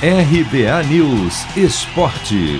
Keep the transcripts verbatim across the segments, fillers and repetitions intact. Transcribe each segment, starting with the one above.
R B A News Esporte.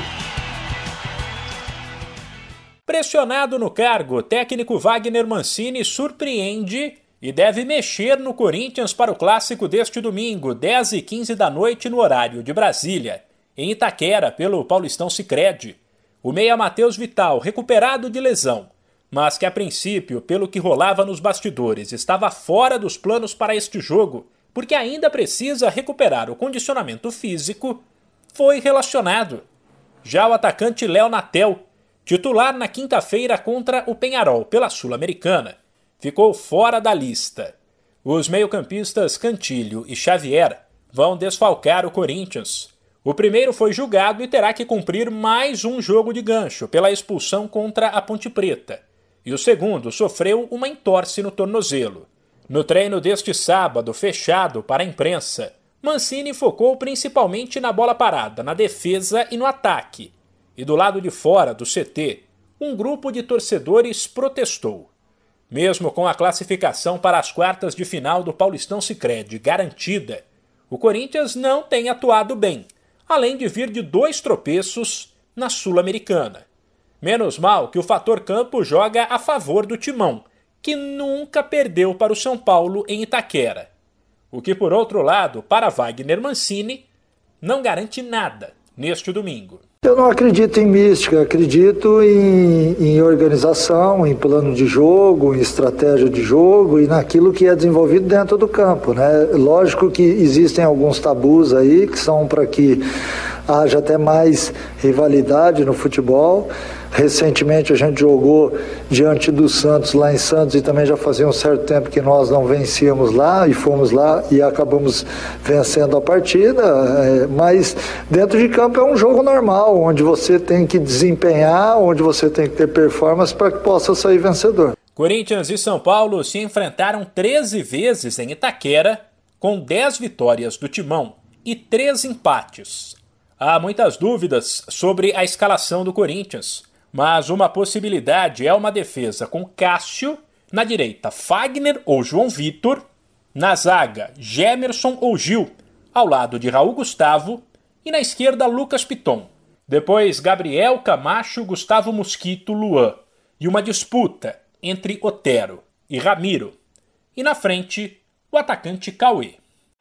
Pressionado no cargo, o técnico Wagner Mancini surpreende e deve mexer no Corinthians para o clássico deste domingo, dez e quinze da noite no horário de Brasília, em Itaquera, pelo Paulistão Sicredi. O meia Matheus Vital, recuperado de lesão, mas que a princípio, pelo que rolava nos bastidores, estava fora dos planos para este jogo, porque ainda precisa recuperar o condicionamento físico, foi relacionado. Já o atacante Léo Natel, titular na quinta-feira contra o Penharol pela Sul-Americana, ficou fora da lista. Os meio-campistas Cantilho e Xavier vão desfalcar o Corinthians. O primeiro foi julgado e terá que cumprir mais um jogo de gancho pela expulsão contra a Ponte Preta. E o segundo sofreu uma entorse no tornozelo. No treino deste sábado, fechado para a imprensa, Mancini focou principalmente na bola parada, na defesa e no ataque. E do lado de fora do C T, um grupo de torcedores protestou. Mesmo com a classificação para as quartas de final do Paulistão Sicredi garantida, o Corinthians não tem atuado bem, além de vir de dois tropeços na Sul-Americana. Menos mal que o fator campo joga a favor do Timão, que nunca perdeu para o São Paulo em Itaquera. O que, por outro lado, para Wagner Mancini, não garante nada neste domingo. Eu não acredito em mística, acredito em, em organização, em plano de jogo, em estratégia de jogo e naquilo que é desenvolvido dentro do campo, né? Lógico que existem alguns tabus aí que são para que haja até mais rivalidade no futebol. Recentemente a gente jogou diante do Santos lá em Santos e também já fazia um certo tempo que nós não vencíamos lá e fomos lá e acabamos vencendo a partida, é, mas dentro de campo é um jogo normal, onde você tem que desempenhar, onde você tem que ter performance para que possa sair vencedor. Corinthians e São Paulo se enfrentaram treze vezes em Itaquera, com dez vitórias do Timão e três empates. Há muitas dúvidas sobre a escalação do Corinthians, mas uma possibilidade é uma defesa com Cássio, na direita Fagner ou João Vitor, na zaga Gemerson ou Gil, ao lado de Raul Gustavo, e na esquerda Lucas Piton. Depois Gabriel, Camacho, Gustavo Mosquito, Luan, e uma disputa entre Otero e Ramiro. E na frente, o atacante Cauê.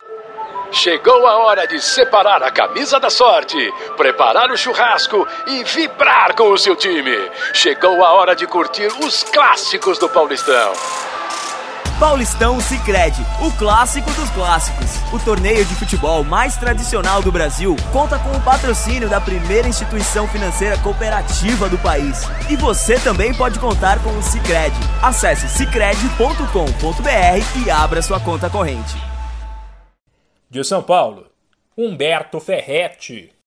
Chegou a hora de separar a camisa da sorte, preparar o churrasco e vibrar com o seu time. Chegou a hora de curtir os clássicos do Paulistão. Paulistão Sicredi, o clássico dos clássicos. O torneio de futebol mais tradicional do Brasil conta com o patrocínio da primeira instituição financeira cooperativa do país. E você também pode contar com o Sicredi. Acesse sicredi ponto com ponto br e abra sua conta corrente. De São Paulo, Humberto Ferretti.